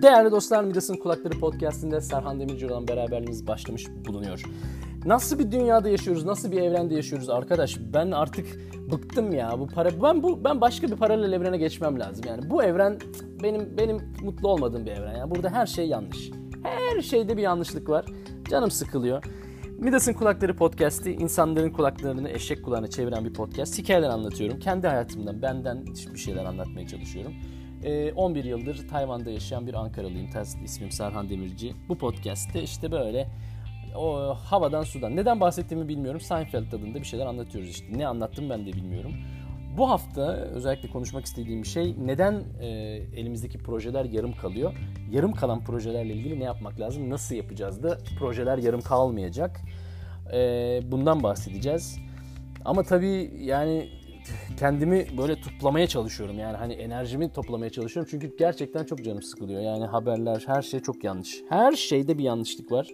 Değerli dostlar, Midas'ın Kulakları Podcast'inde Serhan Demirci olan beraberliğimiz başlamış bulunuyor. Nasıl bir dünyada yaşıyoruz, nasıl bir evrende yaşıyoruz arkadaş? Ben artık bıktım ya bu para. Ben başka bir paralel evrene geçmem lazım. Yani bu evren benim mutlu olmadığım bir evren. Yani burada her şey yanlış. Her şeyde bir yanlışlık var. Canım sıkılıyor. Midas'ın Kulakları Podcast'i insanların kulaklarını eşek kulağına çeviren bir podcast. Hikayeler anlatıyorum. Kendi hayatımdan, benden bir şeyler anlatmaya çalışıyorum. 11 yıldır Tayvan'da yaşayan bir Ankaralıyım. İsmim Serhan Demirci. Bu podcast'te işte böyle o havadan sudan. Neden bahsettiğimi bilmiyorum. Seinfeld tadında bir şeyler anlatıyoruz işte. Ne anlattım ben de bilmiyorum. Bu hafta özellikle konuşmak istediğim bir şey, neden elimizdeki projeler yarım kalıyor? Yarım kalan projelerle ilgili ne yapmak lazım? Nasıl yapacağız da projeler yarım kalmayacak? Bundan bahsedeceğiz. Ama tabii yani kendimi böyle toplamaya çalışıyorum. Yani hani enerjimi toplamaya çalışıyorum. Çünkü gerçekten çok canım sıkılıyor. Yani haberler, her şey çok yanlış. Her şeyde bir yanlışlık var.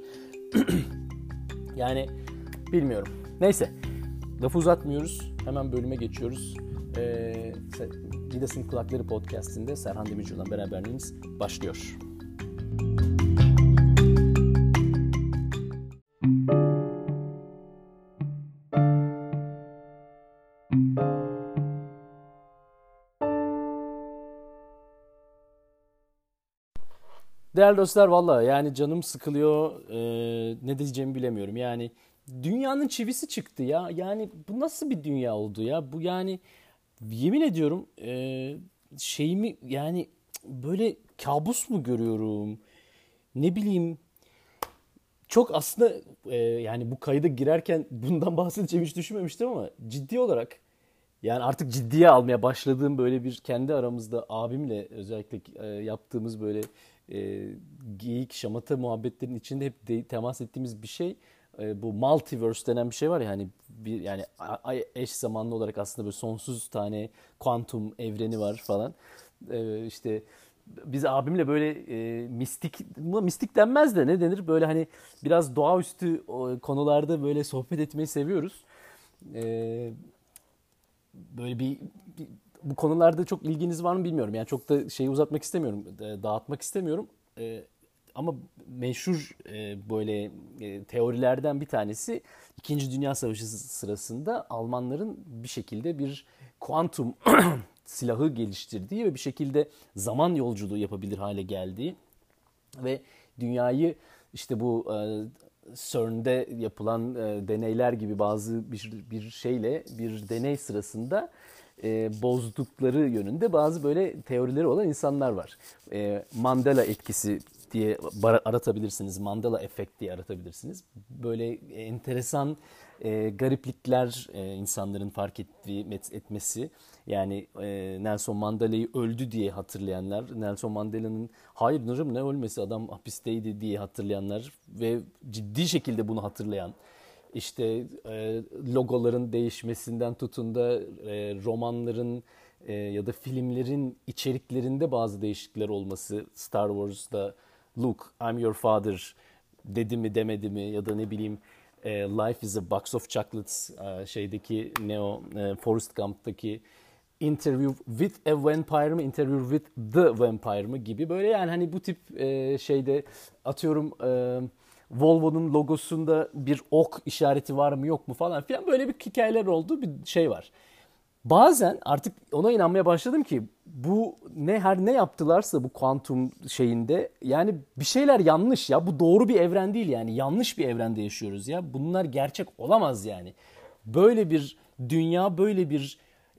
Yani bilmiyorum. Neyse. Lafı uzatmıyoruz. Hemen bölüme geçiyoruz. Midas'ın Kulakları Podcast'inde Serhan Demirci olan beraberliğimiz başlıyor. Değerli dostlar, valla yani canım sıkılıyor, ne diyeceğimi bilemiyorum. Yani dünyanın çivisi çıktı ya. Yani bu nasıl bir dünya oldu ya? Bu yani yemin ediyorum şeyimi yani böyle kabus mu görüyorum? Ne bileyim, çok aslında yani bu kayda girerken bundan bahsedeceğimi hiç düşünmemiştim ama ciddi olarak yani artık ciddiye almaya başladığım böyle bir kendi aramızda abimle özellikle yaptığımız böyle geyik şamata muhabbetlerin içinde hep temas ettiğimiz bir şey, bu multiverse denen bir şey var ya, hani bir yani eş zamanlı olarak aslında böyle sonsuz tane kuantum evreni var falan. İşte biz abimle böyle mistik denmez de ne denir, böyle hani biraz doğaüstü konularda böyle sohbet etmeyi seviyoruz. Böyle bu konularda çok ilginiz var mı bilmiyorum. Yani çok da şeyi uzatmak istemiyorum, dağıtmak istemiyorum. Ama meşhur böyle teorilerden bir tanesi, İkinci Dünya Savaşı sırasında Almanların bir şekilde bir kuantum silahı geliştirdiği ve bir şekilde zaman yolculuğu yapabilir hale geldiği ve dünyayı işte bu CERN'de yapılan deneyler gibi bir deney sırasında bozdukları yönünde bazı böyle teorileri olan insanlar var. Mandela etkisi diye aratabilirsiniz, Mandela efekt diye aratabilirsiniz. Böyle enteresan gariplikler insanların fark etmesi. Yani Nelson Mandela'yı öldü diye hatırlayanlar, Nelson Mandela'nın hayır Nurım ne ölmesi, adam hapisteydi diye hatırlayanlar ve ciddi şekilde bunu hatırlayan, işte logoların değişmesinden tutun da romanların ya da filmlerin içeriklerinde bazı değişiklikler olması, Star Wars'da Luke, I'm your father dedi mi demedi mi, ya da ne bileyim Life is a box of chocolates, şeydeki Forrest Gump'taki Interview with a Vampire mı, Interview with the Vampire mı gibi böyle, yani hani bu tip şeyde atıyorum Volvo'nun logosunda bir ok işareti var mı yok mu falan filan, böyle bir hikayeler olduğu bir şey var. Bazen artık ona inanmaya başladım ki bu her ne yaptılarsa bu kuantum şeyinde, yani bir şeyler yanlış ya. Bu doğru bir evren değil yani. Yanlış bir evrende yaşıyoruz ya. Bunlar gerçek olamaz yani. Böyle bir dünya, böyle bir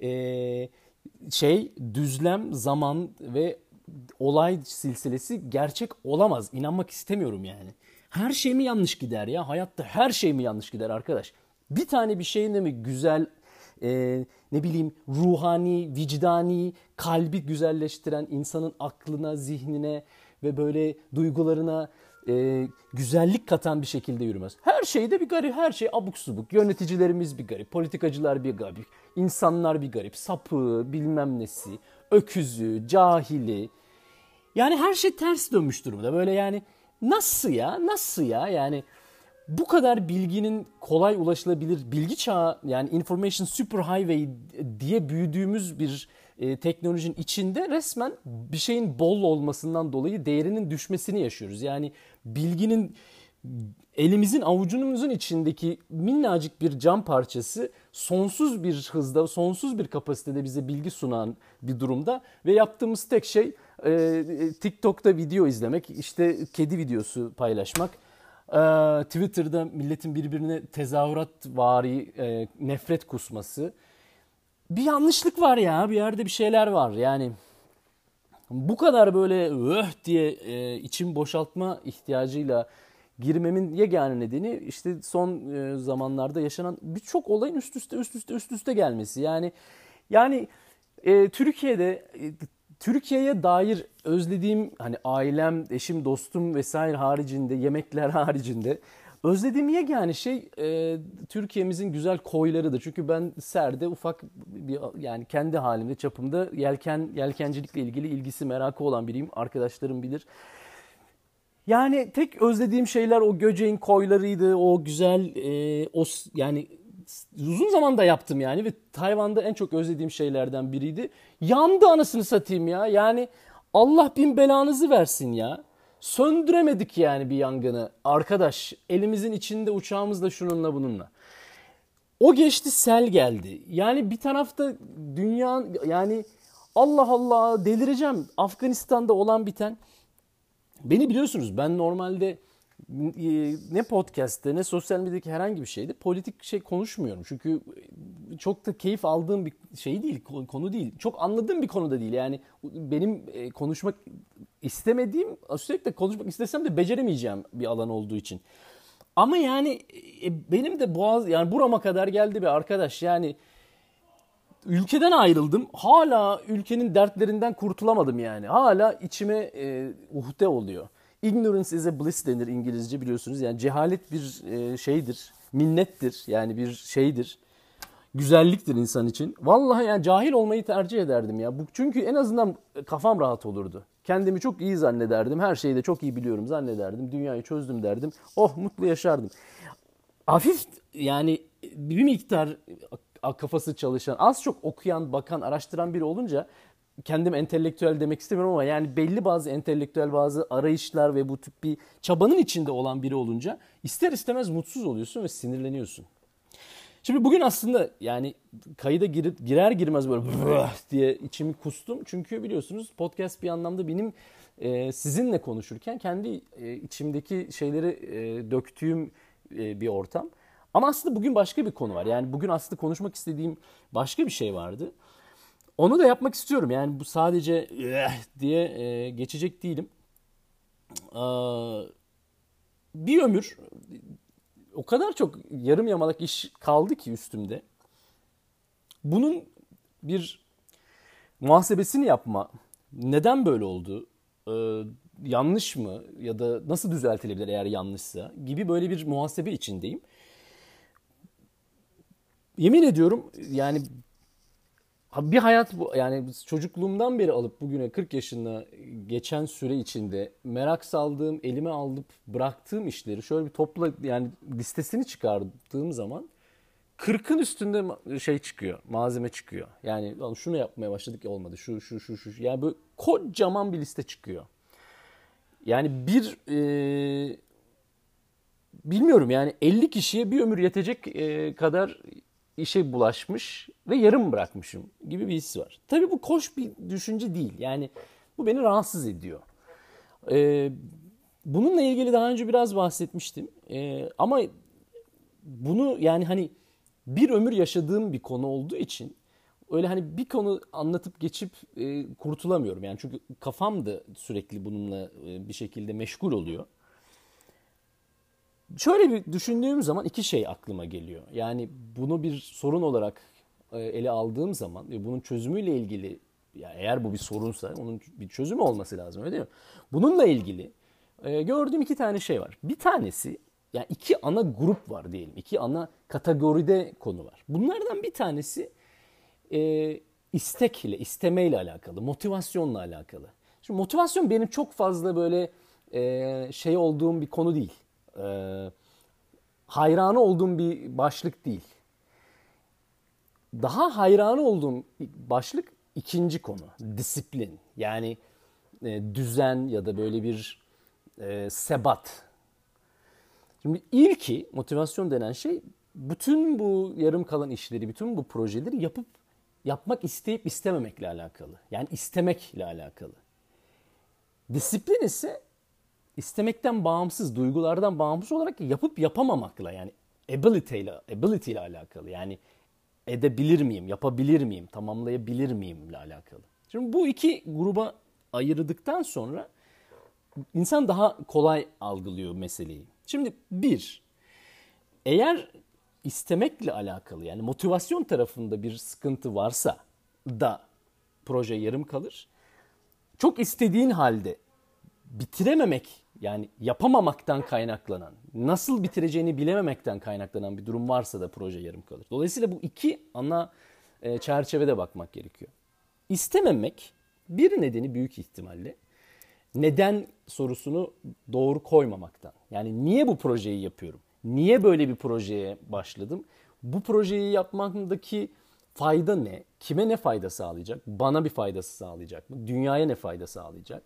düzlem, zaman ve olay silsilesi gerçek olamaz. İnanmak istemiyorum yani. Her şey mi yanlış gider ya? Hayatta her şey mi yanlış gider arkadaş? Bir tane bir şeyin de mi güzel, ne bileyim ruhani, vicdani, kalbi güzelleştiren, insanın aklına, zihnine ve böyle duygularına güzellik katan bir şekilde yürümez. Her şeyde bir garip, her şey abuk subuk. Yöneticilerimiz bir garip, politikacılar bir garip, insanlar bir garip, sapı, bilmem nesi, öküzü, cahili. Yani her şey ters dönmüş durumda. Böyle yani nasıl ya, nasıl ya? Yani bu kadar bilginin kolay ulaşılabilir, bilgi çağı yani information superhighway diye büyüdüğümüz bir teknolojinin içinde resmen bir şeyin bol olmasından dolayı değerinin düşmesini yaşıyoruz. Yani bilginin elimizin avucumuzun içindeki minnacık bir cam parçası sonsuz bir hızda, sonsuz bir kapasitede bize bilgi sunan bir durumda ve yaptığımız tek şey TikTok'ta video izlemek, işte kedi videosu paylaşmak, Twitter'da milletin birbirine tezahüratvari nefret kusması. Bir yanlışlık var ya, bir yerde bir şeyler var yani. Bu kadar böyle diye içim boşaltma ihtiyacıyla girmemin yegane nedeni işte son zamanlarda yaşanan birçok olayın üst üste gelmesi. Yani Türkiye'de Türkiye'ye dair özlediğim hani ailem, eşim, dostum vesaire haricinde, yemekler haricinde özlediğim yegane şey Türkiye'mizin güzel koylarıdır. Çünkü ben serde ufak bir yani kendi halimde çapımda yelkencilikle ilgili ilgisi merakı olan biriyim. Arkadaşlarım bilir. Yani tek özlediğim şeyler o Göceğin koylarıydı. O güzel yani uzun zaman da yaptım yani ve Tayvan'da en çok özlediğim şeylerden biriydi. Yandı anasını satayım ya. Yani Allah bin belanızı versin ya. Söndüremedik yani bir yangını. Arkadaş elimizin içinde uçağımızla şununla bununla. O geçti, sel geldi. Yani bir tarafta dünya yani Allah Allah delireceğim. Afganistan'da olan biten. Beni biliyorsunuz, ben normalde ne podcast'te ne sosyal medyadaki herhangi bir şeyde politik şey konuşmuyorum. Çünkü çok da keyif aldığım bir şey değil, konu değil. Çok anladığım bir konu da değil. Yani benim konuşmak istemediğim, sürekli konuşmak istesem de beceremeyeceğim bir alan olduğu için. Ama yani benim de yani burama kadar geldi bir arkadaş. Yani ülkeden ayrıldım. Hala ülkenin dertlerinden kurtulamadım yani. Hala içime uhde oluyor. Ignorance is a bliss denir İngilizce, biliyorsunuz. Yani cehalet bir şeydir, minnettir. Yani bir şeydir. Güzelliktir insan için. Vallahi yani cahil olmayı tercih ederdim ya. Çünkü en azından kafam rahat olurdu. Kendimi çok iyi zannederdim. Her şeyi de çok iyi biliyorum zannederdim. Dünyayı çözdüm derdim. Oh, mutlu yaşardım. Hafif yani bir miktar kafası çalışan, az çok okuyan, bakan, araştıran biri olunca, kendim entelektüel demek istemiyorum ama yani belli bazı entelektüel bazı arayışlar ve bu tip bir çabanın içinde olan biri olunca ister istemez mutsuz oluyorsun ve sinirleniyorsun. Şimdi bugün aslında yani kayıda girer girmez böyle diye içimi kustum. Çünkü biliyorsunuz podcast bir anlamda benim sizinle konuşurken kendi içimdeki şeyleri döktüğüm bir ortam. Ama aslında bugün başka bir konu var. Yani bugün aslında konuşmak istediğim başka bir şey vardı. Onu da yapmak istiyorum. Yani bu sadece diye geçecek değilim. Bir ömür o kadar çok yarım yamalak iş kaldı ki üstümde. Bunun bir muhasebesini yapma. Neden böyle oldu? Yanlış mı? Ya da nasıl düzeltilebilir eğer yanlışsa? Gibi böyle bir muhasebe içindeyim. Yemin ediyorum yani bir hayat bu, yani çocukluğumdan beri alıp bugüne 40 yaşına geçen süre içinde merak saldığım, elime alıp bıraktığım işleri şöyle bir topla yani listesini çıkardığım zaman 40'ın üstünde şey çıkıyor, malzeme çıkıyor. Yani şunu yapmaya başladık ya olmadı, şu. Yani böyle kocaman bir liste çıkıyor. Yani bilmiyorum yani 50 kişiye bir ömür yetecek kadar işe bulaşmış ve yarım bırakmışım gibi bir his var. Tabii bu hoş bir düşünce değil. Yani bu beni rahatsız ediyor. Bununla ilgili daha önce biraz bahsetmiştim. Ama bunu yani hani bir ömür yaşadığım bir konu olduğu için öyle hani bir konu anlatıp geçip kurtulamıyorum. Yani çünkü kafam da sürekli bununla bir şekilde meşgul oluyor. Şöyle bir düşündüğüm zaman iki şey aklıma geliyor. Yani bunu bir sorun olarak ele aldığım zaman ve bunun çözümüyle ilgili, ya eğer bu bir sorunsa onun bir çözümü olması lazım, öyle değil mi? Bununla ilgili gördüğüm iki tane şey var. Bir tanesi, yani iki ana grup var diyelim. İki ana kategoride konu var. Bunlardan bir tanesi istekle, istemeyle alakalı, motivasyonla alakalı. Şimdi motivasyon benim çok fazla böyle şey olduğum bir konu değil. hayranı olduğum bir başlık değil. Daha hayranı olduğum başlık ikinci konu. Disiplin. Yani düzen ya da böyle bir sebat. Şimdi ilki motivasyon denen şey bütün bu yarım kalan işleri, bütün bu projeleri yapmak isteyip istememekle alakalı. Yani istemekle alakalı. Disiplin ise istemekten bağımsız, duygulardan bağımsız olarak yapıp yapamamakla yani ability ile alakalı. Yani edebilir miyim, yapabilir miyim, tamamlayabilir miyimle alakalı. Şimdi bu iki gruba ayırdıktan sonra insan daha kolay algılıyor meseleyi. Şimdi eğer istemekle alakalı yani motivasyon tarafında bir sıkıntı varsa da proje yarım kalır. Çok istediğin halde bitirememek yani yapamamaktan kaynaklanan, nasıl bitireceğini bilememekten kaynaklanan bir durum varsa da proje yarım kalır. Dolayısıyla bu iki ana çerçevede bakmak gerekiyor. İstememek bir nedeni büyük ihtimalle neden sorusunu doğru koymamaktan. Yani niye bu projeyi yapıyorum? Niye böyle bir projeye başladım? Bu projeyi yapmamdaki fayda ne? Kime ne fayda sağlayacak? Bana bir faydası sağlayacak mı? Dünyaya ne fayda sağlayacak?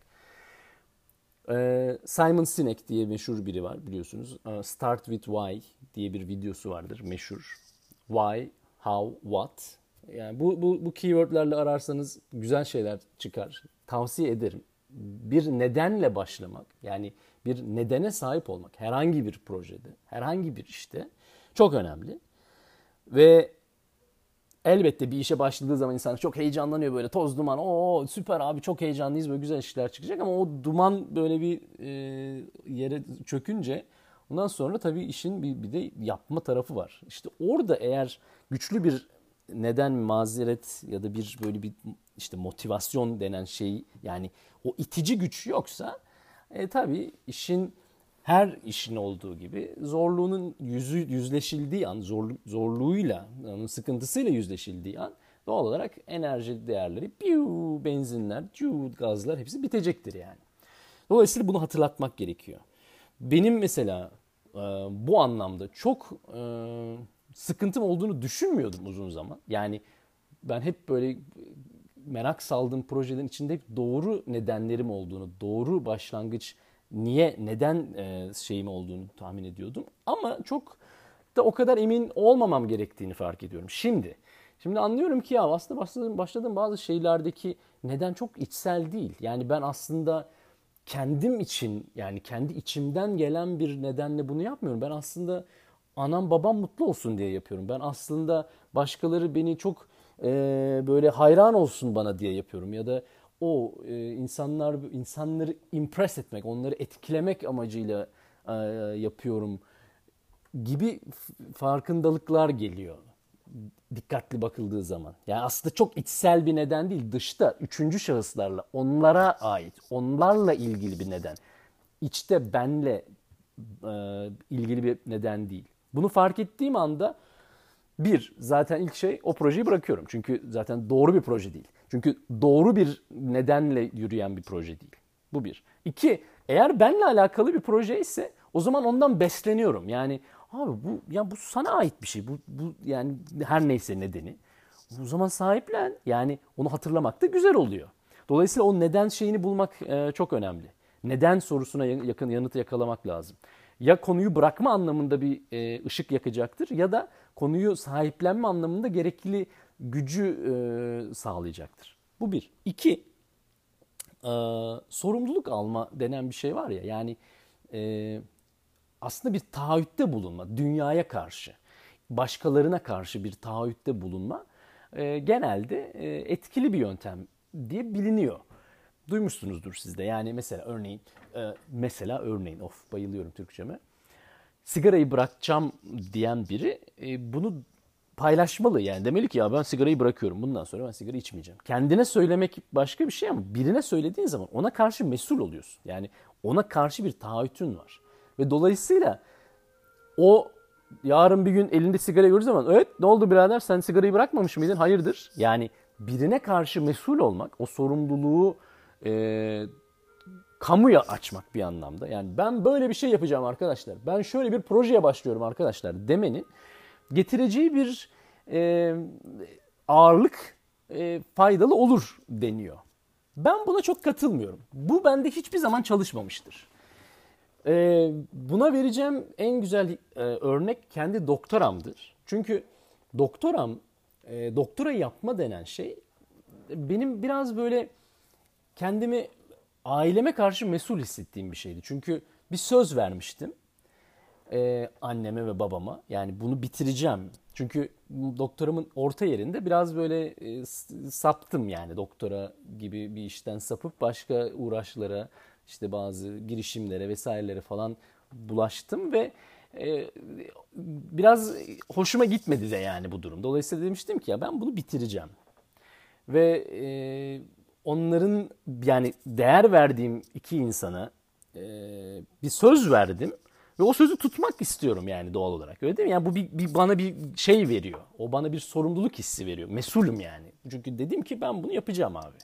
Simon Sinek diye meşhur biri var biliyorsunuz. Start with Why diye bir videosu vardır meşhur. Why, how, what. Yani bu keywordlerle ararsanız güzel şeyler çıkar. Tavsiye ederim. Bir nedenle başlamak, yani bir nedene sahip olmak herhangi bir projede, herhangi bir işte çok önemli. Ve elbette bir işe başladığı zaman insan çok heyecanlanıyor böyle toz duman. Oo süper abi çok heyecanlıyız böyle güzel işler çıkacak ama o duman böyle bir yere çökünce ondan sonra tabii işin bir de yapma tarafı var. İşte orada eğer güçlü bir neden, mazeret ya da bir böyle bir işte motivasyon denen şey yani o itici güç yoksa tabii her işin olduğu gibi zorluğunun yüzleşildiği an, zorluğuyla, onun sıkıntısıyla yüzleşildiği an doğal olarak enerji değerleri, benzinler, gazlar hepsi bitecektir yani. Dolayısıyla bunu hatırlatmak gerekiyor. Benim mesela bu anlamda çok sıkıntım olduğunu düşünmüyordum uzun zaman. Yani ben hep böyle merak saldığım projelerin içinde hep doğru nedenlerim olduğunu, doğru başlangıç neden şeyim olduğunu tahmin ediyordum. Ama çok da o kadar emin olmamam gerektiğini fark ediyorum. Şimdi anlıyorum ki ya aslında başladığım bazı şeylerdeki neden çok içsel değil. Yani ben aslında kendim için yani kendi içimden gelen bir nedenle bunu yapmıyorum. Ben aslında anam babam mutlu olsun diye yapıyorum. Ben aslında başkaları beni çok böyle hayran olsun bana diye yapıyorum. Ya da insanları impress etmek, onları etkilemek amacıyla yapıyorum gibi farkındalıklar geliyor. Dikkatli bakıldığı zaman. Yani aslında çok içsel bir neden değil, dışta üçüncü şahıslarla, onlara ait, onlarla ilgili bir neden. İçte benle ilgili bir neden değil. Bunu fark ettiğim anda zaten ilk şey o projeyi bırakıyorum. Çünkü zaten doğru bir proje değil. Çünkü doğru bir nedenle yürüyen bir proje değil. Bu bir. İki, eğer benle alakalı bir proje ise o zaman ondan besleniyorum. Yani abi bu sana ait bir şey. Bu yani her neyse nedeni. O zaman sahiplen. Yani onu hatırlamak da güzel oluyor. Dolayısıyla o neden şeyini bulmak çok önemli. Neden sorusuna yakın yanıtı yakalamak lazım. Ya konuyu bırakma anlamında bir ışık yakacaktır ya da konuyu sahiplenme anlamında gerekli gücü sağlayacaktır. Bu bir. İki, sorumluluk alma denen bir şey var ya yani aslında bir taahhütte bulunma dünyaya karşı, başkalarına karşı bir taahhütte bulunma genelde etkili bir yöntem diye biliniyor. Duymuşsunuzdur siz de. Yani mesela örneğin bayılıyorum Türkçeme. Sigarayı bırakacağım diyen biri bunu paylaşmalı yani. Demeli ki ya ben sigarayı bırakıyorum. Bundan sonra ben sigara içmeyeceğim. Kendine söylemek başka bir şey ama birine söylediğin zaman ona karşı mesul oluyorsun. Yani ona karşı bir taahhütün var. Ve dolayısıyla o yarın bir gün elinde sigara gördüğü zaman evet ne oldu birader sen sigarayı bırakmamış mıydın? Hayırdır? Yani birine karşı mesul olmak, o sorumluluğu kamuya açmak bir anlamda. Yani ben böyle bir şey yapacağım arkadaşlar. Ben şöyle bir projeye başlıyorum arkadaşlar demenin getireceği bir ağırlık faydalı olur deniyor. Ben buna çok katılmıyorum. Bu bende hiçbir zaman çalışmamıştır. Buna vereceğim en güzel örnek kendi doktoramdır. Çünkü doktoram, doktora yapma denen şey benim biraz böyle kendimi aileme karşı mesul hissettiğim bir şeydi. Çünkü bir söz vermiştim anneme ve babama. Yani bunu bitireceğim. Çünkü doktoramın orta yerinde biraz böyle saptım yani doktora gibi bir işten sapıp başka uğraşlara, işte bazı girişimlere vesairelere falan bulaştım ve biraz hoşuma gitmedi de yani bu durum. Dolayısıyla demiştim ki ya ben bunu bitireceğim. Ve onların yani değer verdiğim iki insana bir söz verdim. Ve o sözü tutmak istiyorum yani doğal olarak. Öyle değil mi? Yani bu bana bir şey veriyor. O bana bir sorumluluk hissi veriyor. Mesulüm yani. Çünkü dedim ki ben bunu yapacağım abi.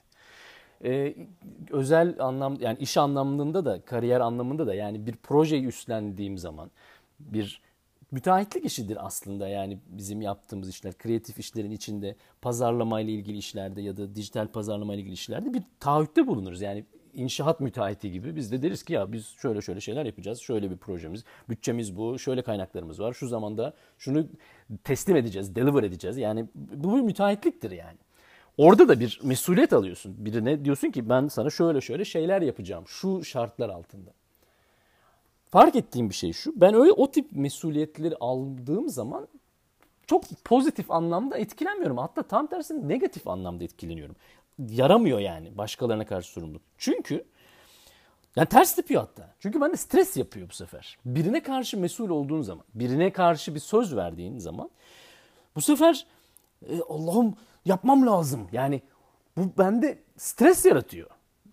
Özel anlam yani iş anlamında da kariyer anlamında da yani bir projeyi üstlendiğim zaman bir müteahhitlik işidir aslında yani bizim yaptığımız işler kreatif işlerin içinde pazarlama ile ilgili işlerde ya da dijital pazarlama ile ilgili işlerde bir taahhütte bulunuruz. Yani inşaat müteahhiti gibi biz de deriz ki ya biz şöyle şöyle şeyler yapacağız. Şöyle bir projemiz, bütçemiz bu, şöyle kaynaklarımız var. Şu zamanda şunu teslim edeceğiz, deliver edeceğiz. Yani bu bir müteahhitliktir yani. Orada da bir mesuliyet alıyorsun. Birine diyorsun ki ben sana şöyle şöyle şeyler yapacağım şu şartlar altında. Fark ettiğim bir şey şu. Ben öyle o tip mesuliyetleri aldığım zaman çok pozitif anlamda etkilenmiyorum. Hatta tam tersine negatif anlamda etkileniyorum. Yaramıyor yani başkalarına karşı sorumluluk. Çünkü yani ters tepiyor hatta. Çünkü bende stres yapıyor bu sefer. Birine karşı mesul olduğun zaman, birine karşı bir söz verdiğin zaman bu sefer Allah'ım yapmam lazım. Yani bu bende stres yaratıyor.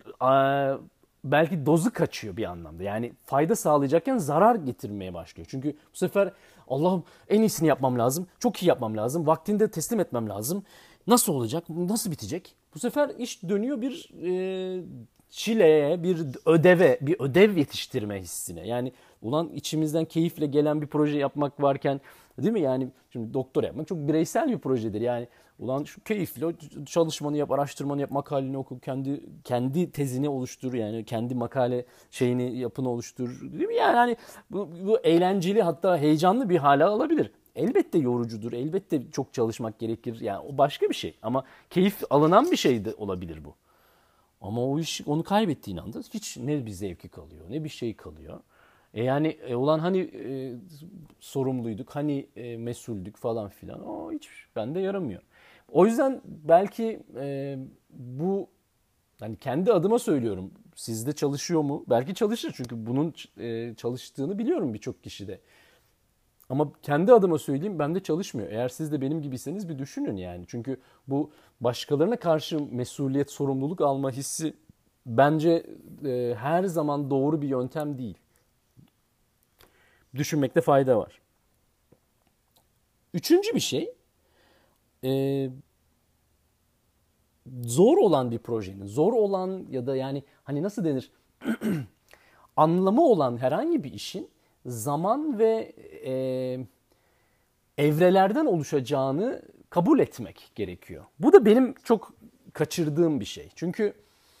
Belki dozu kaçıyor bir anlamda. Yani fayda sağlayacakken zarar getirmeye başlıyor. Çünkü bu sefer Allah'ım en iyisini yapmam lazım. Çok iyi yapmam lazım. Vaktinde teslim etmem lazım. Nasıl olacak? Nasıl bitecek? Bu sefer iş dönüyor bir çileye, bir ödeve, bir ödev yetiştirme hissine. Yani ulan içimizden keyifle gelen bir proje yapmak varken değil mi? Yani şimdi doktora yapmak çok bireysel bir projedir. Yani ulan şu keyifle çalışmanı yap, araştırmanı yap, makaleni oku, kendi tezini oluştur yani kendi makale şeyini yapını oluştur. Değil mi? Yani hani bu eğlenceli hatta heyecanlı bir hale alabilir. Elbette yorucudur. Elbette çok çalışmak gerekir. Yani o başka bir şey. Ama keyif alınan bir şey de olabilir bu. Ama o iş onu kaybettiğin anda hiç ne bir zevki kalıyor ne bir şey kalıyor. Yani ulan hani sorumluyduk hani mesuldük falan filan o hiç bende yaramıyor. O yüzden belki bu hani kendi adıma söylüyorum. Sizde çalışıyor mu? Belki çalışır çünkü bunun çalıştığını biliyorum birçok kişide. Ama kendi adıma söyleyeyim bende çalışmıyor. Eğer siz de benim gibiyseniz bir düşünün yani. Çünkü bu başkalarına karşı mesuliyet, sorumluluk alma hissi bence her zaman doğru bir yöntem değil. Düşünmekte fayda var. Üçüncü bir şey, e, zor olan bir projenin, zor olan ya da yani hani nasıl denir, anlamı olan herhangi bir işin zaman ve evrelerden oluşacağını kabul etmek gerekiyor. Bu da benim çok kaçırdığım bir şey. Çünkü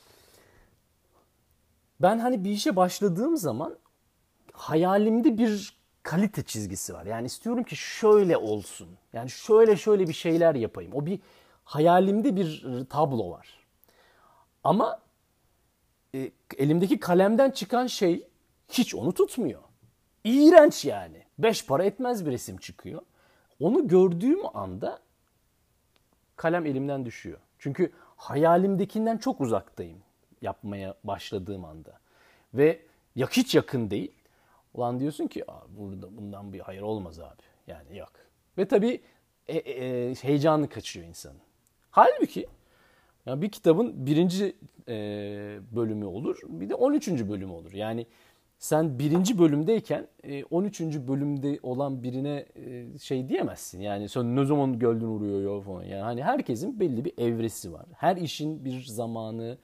ben hani bir işe başladığım zaman hayalimde bir kalite çizgisi var. Yani istiyorum ki şöyle olsun. Yani şöyle şöyle bir şeyler yapayım. O bir hayalimde bir tablo var. Ama elimdeki kalemden çıkan şey hiç onu tutmuyor. İğrenç yani. Beş para etmez bir resim çıkıyor. Onu gördüğüm anda kalem elimden düşüyor. Çünkü hayalimdekinden çok uzaktayım yapmaya başladığım anda. Ve hiç yakın değil. Ulan diyorsun ki burada bundan bir hayır olmaz abi. Yani yok. Ve tabii heyecanı kaçıyor insanın. Halbuki ya bir kitabın birinci bölümü olur, bir de 13. bölümü olur. Yani sen birinci bölümdeyken 13. bölümde olan birine şey diyemezsin. Yani sen ne zaman gölden uğruyor ya falan. Yani hani herkesin belli bir evresi var. Her işin bir zamanı,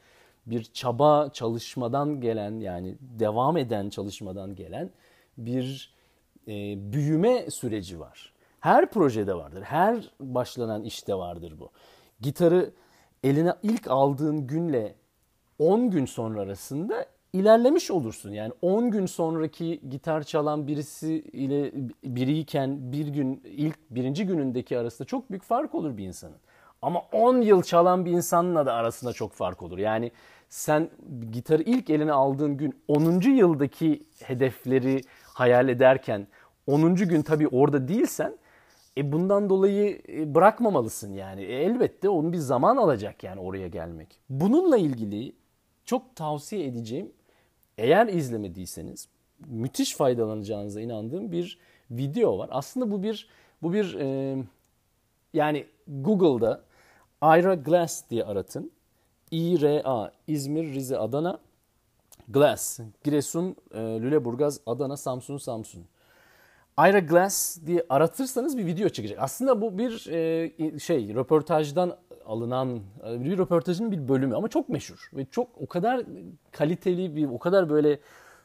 bir çaba, çalışmadan gelen, yani devam eden çalışmadan gelen bir büyüme süreci var. Her projede vardır. Her başlanan işte vardır bu. Gitarı eline ilk aldığın günle 10 gün sonra arasında ilerlemiş olursun. Yani 10 gün sonraki gitar çalan birisi ile biriyken birinci günündeki arasında çok büyük fark olur bir insanın. Ama 10 yıl çalan bir insanla da arasında çok fark olur. Yani sen gitarı ilk eline aldığın gün 10. yıldaki hedefleri hayal ederken 10. gün tabii orada değilsen bundan dolayı bırakmamalısın yani. Elbette onun bir zaman alacak yani oraya gelmek. Bununla ilgili çok tavsiye edeceğim, eğer izlemediyseniz müthiş faydalanacağınıza inandığım bir video var. Aslında bu bir yani Google'da Ira Glass diye aratın. İRA, İzmir, Rize, Adana, Glass, Giresun, Lüleburgaz, Adana, Samsun. Ira Glass diye aratırsanız bir video çıkacak. Aslında bu bir röportajdan alınan bir röportajın bir bölümü ama çok meşhur ve çok o kadar kaliteli o kadar böyle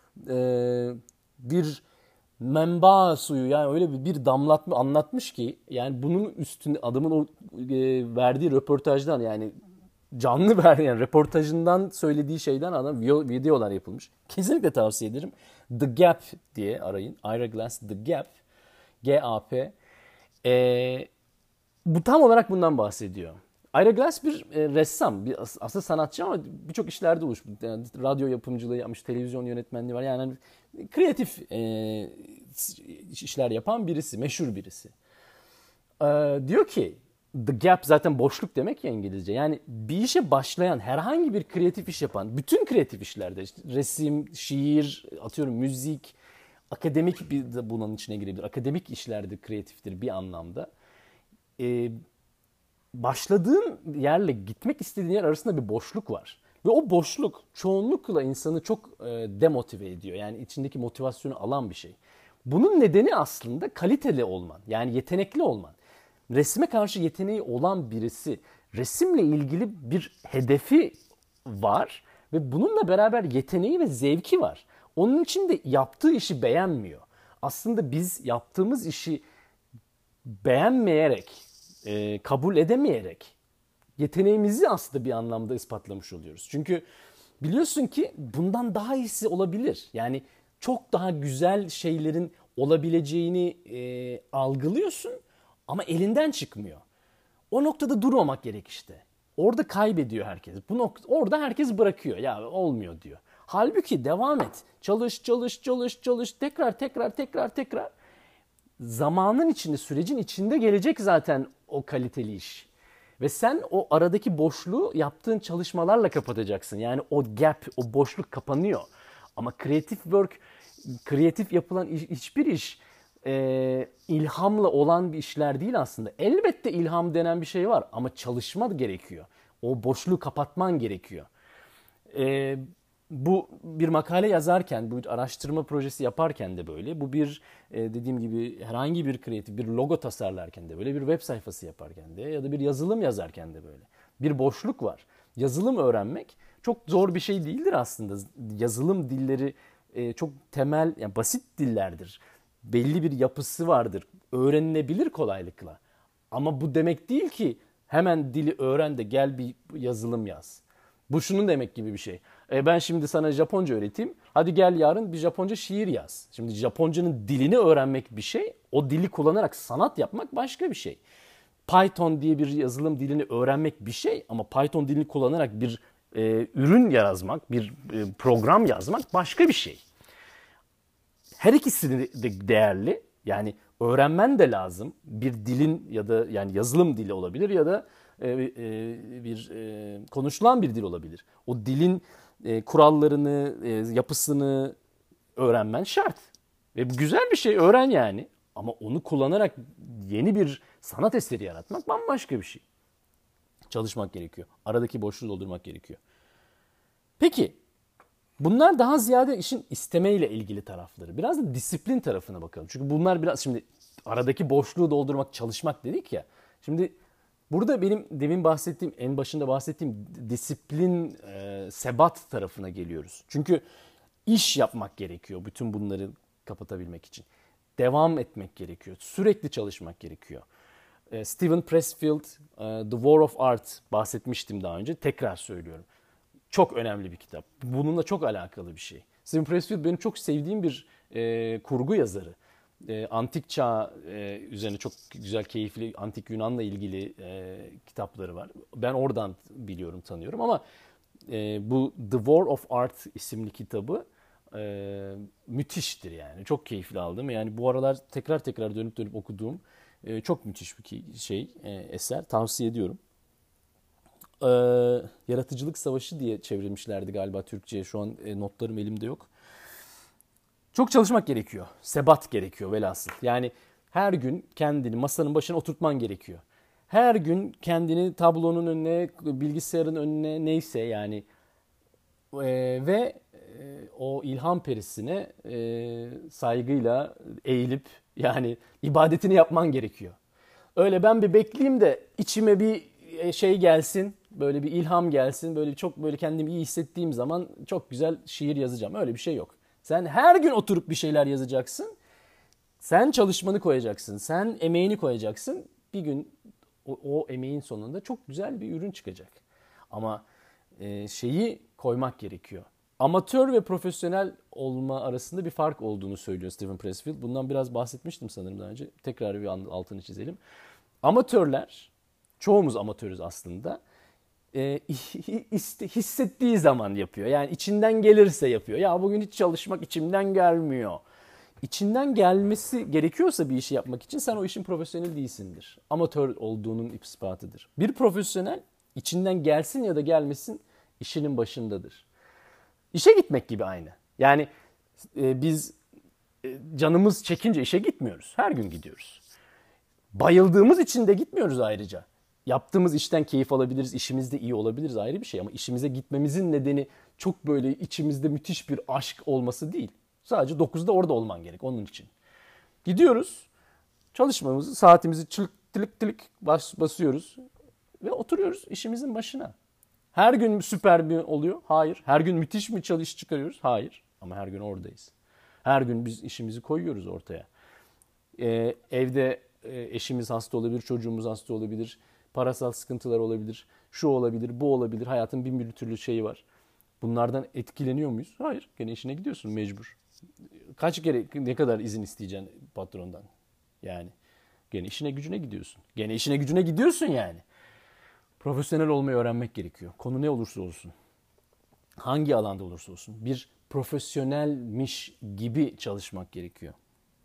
bir menba suyu, yani öyle bir damlatma anlatmış ki, yani bunun üstüne adamın o verdiği röportajdan, yani canlı yani röportajından söylediği şeyden adam videolar yapılmış. Kesinlikle tavsiye ederim. The Gap diye arayın. Ira Glass The Gap. G-A-P. Bu tam olarak bundan bahsediyor. Ira Glass bir ressam, bir aslında sanatçı ama birçok işlerde oluşmuş. Yani radyo yapımcılığı yapmış, televizyon yönetmenliği var. Yani kreatif işler yapan birisi, meşhur birisi. Diyor ki, The Gap zaten boşluk demek ya İngilizce. Yani bir işe başlayan, herhangi bir kreatif iş yapan, bütün kreatif işlerde, işte resim, şiir, atıyorum müzik, akademik bir de bunun içine girebilir. Akademik işlerde kreatiftir bir anlamda. Başladığın yerle gitmek istediğin yer arasında bir boşluk var. Ve o boşluk çoğunlukla insanı çok demotive ediyor. Yani içindeki motivasyonu alan bir şey. Bunun nedeni aslında kaliteli olman. Yani yetenekli olman. Resme karşı yeteneği olan birisi, resimle ilgili bir hedefi var ve bununla beraber yeteneği ve zevki var. Onun için de yaptığı işi beğenmiyor. Aslında biz yaptığımız işi beğenmeyerek, kabul edemeyerek yeteneğimizi aslında bir anlamda ispatlamış oluyoruz. Çünkü biliyorsun ki bundan daha iyisi olabilir. Yani çok daha güzel şeylerin olabileceğini algılıyorsun ama elinden çıkmıyor. O noktada durmamak gerek işte. Orada kaybediyor herkes. Orada herkes bırakıyor. Ya olmuyor diyor. Halbuki devam et. Çalış. Tekrar. Zamanın içinde, sürecin içinde gelecek zaten o kaliteli iş. Ve sen o aradaki boşluğu yaptığın çalışmalarla kapatacaksın. Yani o gap, o boşluk kapanıyor. Ama kreatif yapılan hiçbir iş ilhamla olan bir işler değil aslında. Elbette ilham denen bir şey var ama çalışma gerekiyor. O boşluğu kapatman gerekiyor. Bu bir makale yazarken, bu bir araştırma projesi yaparken de böyle. Bu bir dediğim gibi herhangi bir kreatif, bir logo tasarlarken de böyle. Bir web sayfası yaparken de ya da bir yazılım yazarken de böyle. Bir boşluk var. Yazılım öğrenmek çok zor bir şey değildir aslında. Yazılım dilleri çok temel, yani basit dillerdir. Belli bir yapısı vardır. Öğrenilebilir kolaylıkla. Ama bu demek değil ki hemen dili öğren de gel bir yazılım yaz. Bu şunun demek gibi bir şey. Ben şimdi sana Japonca öğreteyim. Hadi gel yarın bir Japonca şiir yaz. Şimdi Japonca'nın dilini öğrenmek bir şey. O dili kullanarak sanat yapmak başka bir şey. Python diye bir yazılım dilini öğrenmek bir şey. Ama Python dilini kullanarak bir ürün yazmak, bir program yazmak başka bir şey. Her ikisi de değerli. Yani öğrenmen de lazım. Bir dilin ya da yani yazılım dili olabilir ya da bir konuşulan bir dil olabilir. O dilin kurallarını, yapısını öğrenmen şart. Ve güzel bir şey, öğren yani. Ama onu kullanarak yeni bir sanat eseri yaratmak bambaşka bir şey. Çalışmak gerekiyor. Aradaki boşluğu doldurmak gerekiyor. Peki, bunlar daha ziyade işin istemeyle ilgili tarafları. Biraz da disiplin tarafına bakalım. Çünkü bunlar biraz, şimdi aradaki boşluğu doldurmak, çalışmak dedik ya. Şimdi burada benim demin bahsettiğim, en başında bahsettiğim disiplin sebat tarafına geliyoruz. Çünkü iş yapmak gerekiyor bütün bunları kapatabilmek için. Devam etmek gerekiyor. Sürekli çalışmak gerekiyor. Steven Pressfield, The War of Art bahsetmiştim daha önce. Tekrar söylüyorum. Çok önemli bir kitap. Bununla çok alakalı bir şey. Steven Pressfield benim çok sevdiğim bir kurgu yazarı. Antik çağ üzerine çok güzel, keyifli antik Yunan'la ilgili kitapları var. Ben oradan biliyorum, tanıyorum ama bu The War of Art isimli kitabı müthiştir yani. Çok keyifli aldım. Yani bu aralar tekrar dönüp okuduğum çok müthiş bir eser. Tavsiye ediyorum. Yaratıcılık Savaşı diye çevrilmişlerdi galiba Türkçe'ye. Şu an notlarım elimde yok. Çok çalışmak gerekiyor. Sebat gerekiyor velhasıl. Yani her gün kendini masanın başına oturtman gerekiyor. Her gün kendini tablonun önüne, bilgisayarın önüne, neyse yani ve o ilham perisine saygıyla eğilip yani ibadetini yapman gerekiyor. Öyle ben bir bekleyeyim de içime bir şey gelsin, böyle bir ilham gelsin, böyle çok böyle kendimi iyi hissettiğim zaman çok güzel şiir yazacağım. Öyle bir şey yok. Sen her gün oturup bir şeyler yazacaksın. Sen çalışmanı koyacaksın. Sen emeğini koyacaksın. Bir gün o emeğin sonunda çok güzel bir ürün çıkacak. Ama şeyi koymak gerekiyor. Amatör ve profesyonel olma arasında bir fark olduğunu söylüyor Steven Pressfield. Bundan biraz bahsetmiştim sanırım daha önce. Tekrar bir altını çizelim. Amatörler, çoğumuz amatörüz aslında. Hissettiği zaman yapıyor. Yani içinden gelirse yapıyor. Ya bugün hiç çalışmak içimden gelmiyor. İçinden gelmesi gerekiyorsa bir işi yapmak için sen o işin profesyoneli değilsindir. Amatör olduğunun ispatıdır. Bir profesyonel içinden gelsin ya da gelmesin işinin başındadır. İşe gitmek gibi aynı. Yani biz canımız çekince işe gitmiyoruz. Her gün gidiyoruz. Bayıldığımız için de gitmiyoruz ayrıca. Yaptığımız işten keyif alabiliriz, işimizde iyi olabiliriz ayrı bir şey. Ama işimize gitmemizin nedeni çok böyle içimizde müthiş bir aşk olması değil. Sadece 9'da orada olman gerek onun için. Gidiyoruz, çalışmamızı, saatimizi tılık basıyoruz ve oturuyoruz işimizin başına. Her gün süper mi oluyor? Hayır. Her gün müthiş mi iş çıkarıyoruz? Hayır. Ama her gün oradayız. Her gün biz işimizi koyuyoruz ortaya. Evde eşimiz hasta olabilir, çocuğumuz hasta olabilir, parasal sıkıntılar olabilir, şu olabilir, bu olabilir. Hayatın bin bir türlü şeyi var. Bunlardan etkileniyor muyuz? Hayır. Gene işine gidiyorsun mecbur. Kaç kere, ne kadar izin isteyeceksin patrondan? Yani gene işine gücüne gidiyorsun. Gene işine gücüne gidiyorsun yani. Profesyonel olmayı öğrenmek gerekiyor. Konu ne olursa olsun. Hangi alanda olursa olsun. Bir profesyonelmiş gibi çalışmak gerekiyor.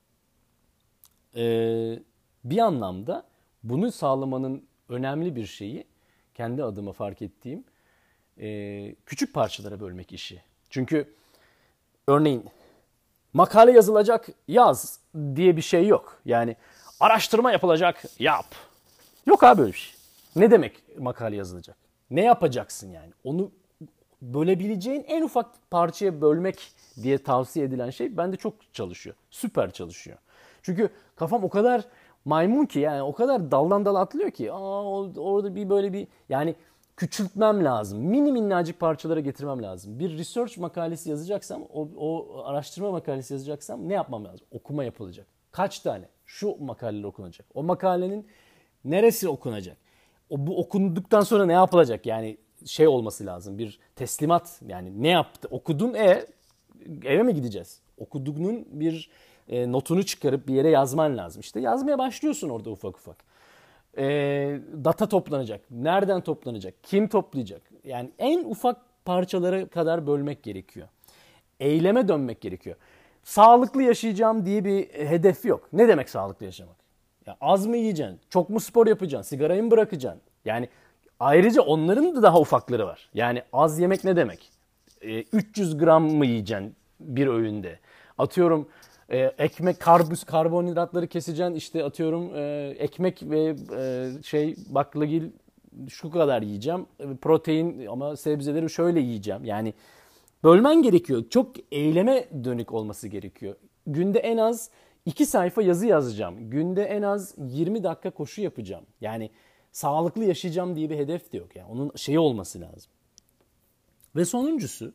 Bir anlamda bunu sağlamanın önemli bir şeyi, kendi adıma fark ettiğim, küçük parçalara bölmek işi. Çünkü örneğin makale yazılacak, yaz diye bir şey yok. Yani araştırma yapılacak, yap. Yok abi böyle bir şey. Ne demek makale yazılacak? Ne yapacaksın yani? Onu bölebileceğin en ufak parçaya bölmek diye tavsiye edilen şey bende çok çalışıyor. Süper çalışıyor. Çünkü kafam o kadar maymun ki yani o kadar daldan dala atlıyor ki orada bir böyle bir yani küçültmem lazım. Mini minnacık parçalara getirmem lazım. Bir research makalesi yazacaksam o araştırma makalesi yazacaksam ne yapmam lazım? Okuma yapılacak. Kaç tane? Şu makaleler okunacak. O makalenin neresi okunacak? Bu okunduktan sonra ne yapılacak? Yani şey olması lazım. Bir teslimat yani ne yaptı? Okudun eve mi gideceğiz? Okuduğunun bir notunu çıkarıp bir yere yazman lazım. İşte yazmaya başlıyorsun orada ufak ufak. Data toplanacak. Nereden toplanacak? Kim toplayacak? Yani en ufak parçalara kadar bölmek gerekiyor. Eyleme dönmek gerekiyor. Sağlıklı yaşayacağım diye bir hedef yok. Ne demek sağlıklı yaşamak? Ya az mı yiyeceksin? Çok mu spor yapacaksın? Sigarayı mı bırakacaksın? Yani ayrıca onların da daha ufakları var. Yani az yemek ne demek? 300 gram mı yiyeceksin bir öğünde? Atıyorum ekmek, karbonhidratları keseceksin. İşte atıyorum ekmek ve baklagil şu kadar yiyeceğim. Protein ama sebzeleri şöyle yiyeceğim. Yani bölmen gerekiyor. Çok eyleme dönük olması gerekiyor. Günde en az 2 sayfa yazı yazacağım. Günde en az 20 dakika koşu yapacağım. Yani sağlıklı yaşayacağım diye bir hedef de yok. Yani onun şeyi olması lazım. Ve sonuncusu,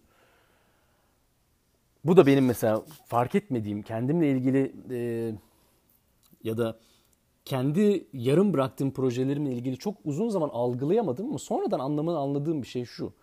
bu da benim mesela fark etmediğim, kendimle ilgili ya da kendi yarım bıraktığım projelerimle ilgili çok uzun zaman algılayamadım ama sonradan anlamını anladığım bir şey şu.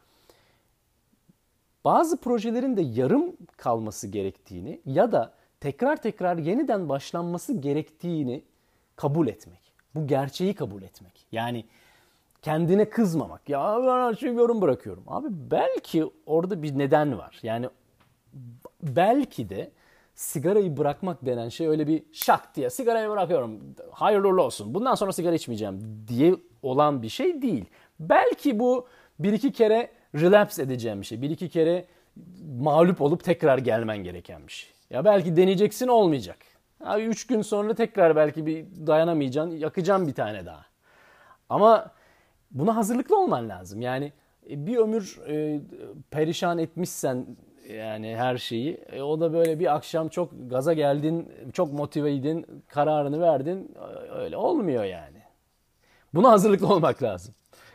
Bazı projelerin de yarım kalması gerektiğini ya da tekrar tekrar yeniden başlanması gerektiğini kabul etmek. Bu gerçeği kabul etmek. Yani kendine kızmamak. Ya ben her şeyi yorum bırakıyorum. Abi belki orada bir neden var. Yani belki de sigarayı bırakmak denen şey öyle bir şak diye sigarayı bırakıyorum, hayırlı uğurlu olsun, bundan sonra sigara içmeyeceğim diye olan bir şey değil. Belki bu bir iki kere relapse edeceğim bir şey. Bir iki kere mağlup olup tekrar gelmen gereken bir şey. Ya belki deneyeceksin, olmayacak. Abi 3 gün sonra tekrar belki bir dayanamayacaksın, yakacaksın bir tane daha. Ama buna hazırlıklı olman lazım. Yani bir ömür perişan etmişsen yani her şeyi, o da böyle bir akşam çok gaza geldin, çok motiveydin, kararını verdin, öyle olmuyor yani. Buna hazırlıklı olmak lazım.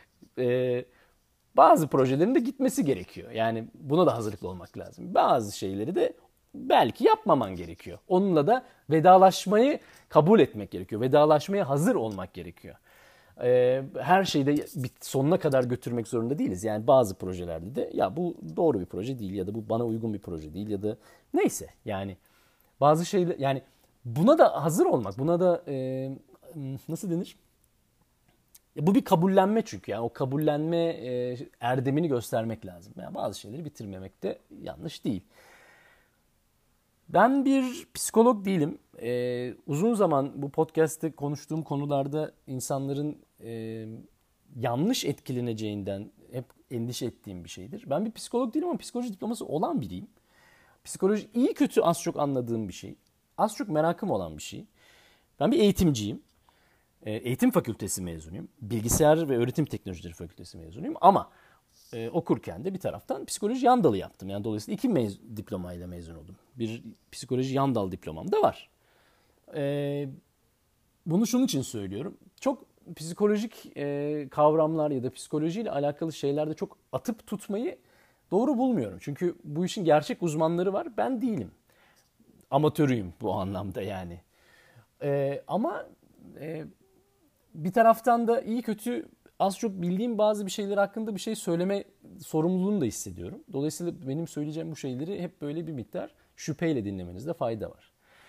Bazı projelerin de gitmesi gerekiyor. Yani buna da hazırlıklı olmak lazım. Bazı şeyleri de belki yapmaman gerekiyor. Onunla da vedalaşmayı kabul etmek gerekiyor. Vedalaşmaya hazır olmak gerekiyor. Her şeyi de sonuna kadar götürmek zorunda değiliz. Yani bazı projelerde de ya bu doğru bir proje değil ya da bu bana uygun bir proje değil ya da neyse yani bazı şeyler, yani buna da hazır olmak, buna da nasıl denir? Bu bir kabullenme çünkü. Yani o kabullenme erdemini göstermek lazım. Yani bazı şeyleri bitirmemek de yanlış değil. Ben bir psikolog değilim. Uzun zaman bu podcast'te konuştuğum konularda insanların yanlış etkileneceğinden hep endişe ettiğim bir şeydir. Ben bir psikolog değilim ama psikoloji diploması olan biriyim. Psikoloji iyi kötü az çok anladığım bir şey. Az çok merakım olan bir şey. Ben bir eğitimciyim. Eğitim fakültesi mezunuyum. Bilgisayar ve öğretim teknolojileri fakültesi mezunuyum. Ama okurken de bir taraftan psikoloji yan dalı yaptım. Yani dolayısıyla iki diplomayla mezun oldum. Bir psikoloji yan dal diplomam da var. Bunu şunun için söylüyorum. Çok psikolojik kavramlar ya da psikolojiyle alakalı şeylerde çok atıp tutmayı doğru bulmuyorum. Çünkü bu işin gerçek uzmanları var. Ben değilim. Amatörüyüm bu anlamda yani. Ama bir taraftan da iyi kötü az çok bildiğim bazı bir şeyler hakkında bir şey söyleme sorumluluğunu da hissediyorum. Dolayısıyla benim söyleyeceğim bu şeyleri hep böyle bir miktar şüpheyle dinlemenizde fayda var.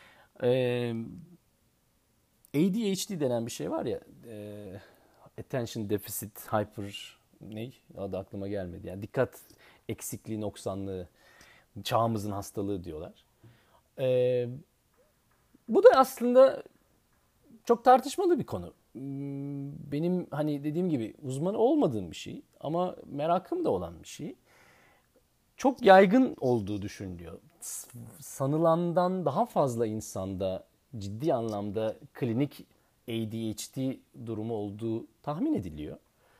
ADHD denen bir şey var ya, Attention Deficit Hyper, ne? Adı aklıma gelmedi. Yani dikkat eksikliği, noksanlığı, çağımızın hastalığı diyorlar. Bu da aslında çok tartışmalı bir konu. Benim hani dediğim gibi uzman olmadığım bir şey ama merakım da olan bir şey. Çok yaygın olduğu düşünülüyor. Sanılandan daha fazla insanda ciddi anlamda klinik ADHD durumu olduğu tahmin ediliyor.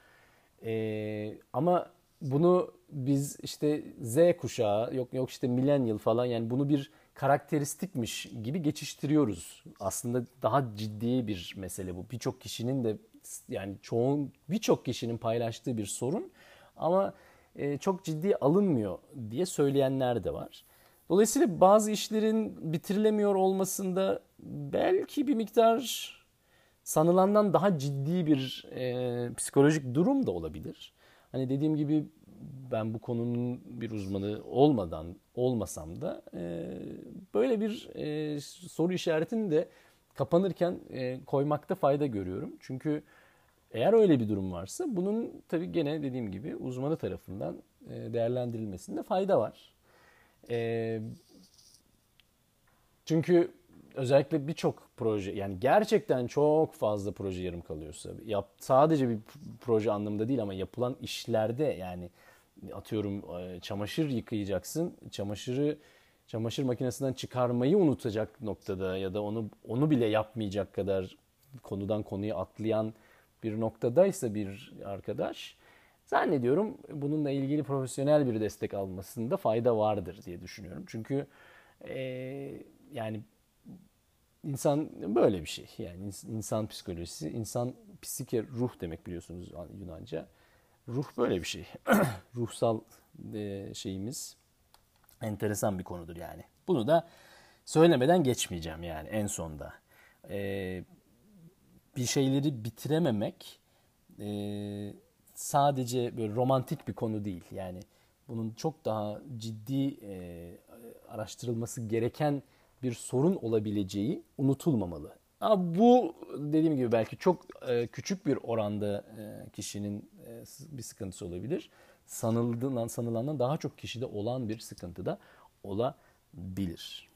Ama bunu biz işte Z kuşağı, yok işte millennial falan, yani bunu bir karakteristikmiş gibi geçiştiriyoruz. Aslında daha ciddi bir mesele bu. Birçok kişinin de, yani birçok kişinin paylaştığı bir sorun ama çok ciddiye alınmıyor diye söyleyenler de var. Dolayısıyla bazı işlerin bitirilemiyor olmasında belki bir miktar sanılandan daha ciddi bir psikolojik durum da olabilir. Hani dediğim gibi ben bu konunun bir uzmanı olmasam da böyle bir soru işaretini de kapanırken koymakta fayda görüyorum. Çünkü eğer öyle bir durum varsa bunun tabii gene dediğim gibi uzmanı tarafından değerlendirilmesinde fayda var. Çünkü özellikle birçok proje, yani gerçekten çok fazla proje yarım kalıyorsa, sadece bir proje anlamında değil ama yapılan işlerde, yani atıyorum çamaşır yıkayacaksın, çamaşır makinesinden çıkarmayı unutacak noktada ya da onu bile yapmayacak kadar konudan konuya atlayan bir noktadaysa bir arkadaş, zannediyorum bununla ilgili profesyonel bir destek almasında fayda vardır diye düşünüyorum. Çünkü yani insan böyle bir şey. Yani insan psikolojisi, insan psike, ruh demek biliyorsunuz Yunanca. Ruh böyle bir şey. Ruhsal şeyimiz enteresan bir konudur yani. Bunu da söylemeden geçmeyeceğim yani en sonda. Bir şeyleri bitirememek sadece böyle romantik bir konu değil. Yani bunun çok daha ciddi araştırılması gereken bir sorun olabileceği unutulmamalı. Ama bu dediğim gibi belki çok küçük bir oranda kişinin bir sıkıntısı olabilir. Sanılandan daha çok kişide olan bir sıkıntı da olabilir.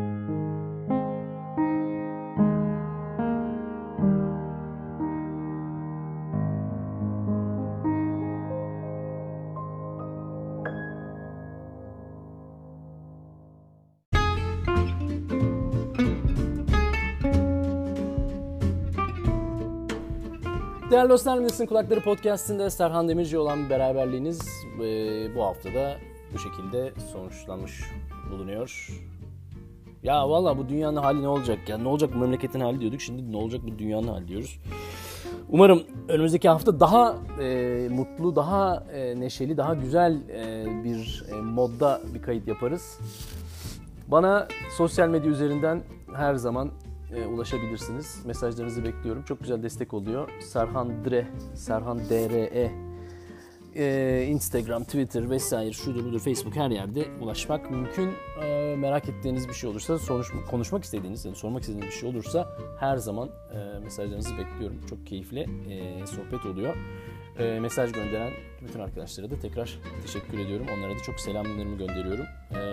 Değerli dostlar, Milletin Kulakları Podcast'inde Serhan Demirci olan beraberliğiniz bu haftada bu şekilde sonuçlanmış bulunuyor. Ya valla bu dünyanın hali ne olacak ya? Ne olacak bu memleketin hali diyorduk. Şimdi ne olacak bu dünyanın hali diyoruz. Umarım önümüzdeki hafta daha mutlu, daha neşeli, daha güzel bir modda bir kayıt yaparız. Bana sosyal medya üzerinden her zaman ulaşabilirsiniz. Mesajlarınızı bekliyorum. Çok güzel destek oluyor. Serhan DRE, Instagram, Twitter vesaire, şudur budur, Facebook, her yerde ulaşmak mümkün. Merak ettiğiniz bir şey olursa, konuşmak istediğiniz, yani sormak istediğiniz bir şey olursa her zaman mesajlarınızı bekliyorum. Çok keyifli sohbet oluyor. Mesaj gönderen bütün arkadaşlara da tekrar teşekkür ediyorum. Onlara da çok selamlarımı gönderiyorum.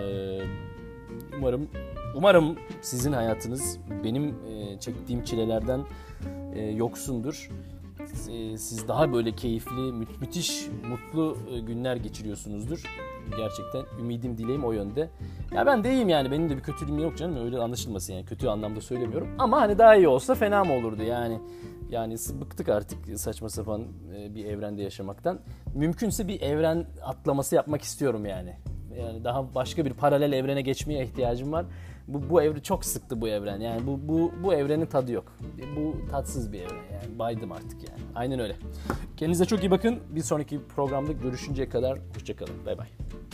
Umarım sizin hayatınız benim çektiğim çilelerden yoksundur. Siz daha böyle keyifli, müthiş, mutlu günler geçiriyorsunuzdur. Gerçekten ümidim, dileğim o yönde. Ya ben de iyiyim yani. Benim de bir kötülüğüm yok canım. Öyle anlaşılmasın yani. Kötü anlamda söylemiyorum. Ama hani daha iyi olsa fena mı olurdu yani. Yani bıktık artık saçma sapan bir evrende yaşamaktan. Mümkünse bir evren atlaması yapmak istiyorum yani. Yani daha başka bir paralel evrene geçmeye ihtiyacım var. Bu evre çok sıktı, bu evren. Yani bu evrenin tadı yok. Bu tatsız bir evren yani. Baydım artık yani. Aynen öyle. Kendinize çok iyi bakın. Bir sonraki programda görüşünceye kadar hoşça kalın. Bay bay.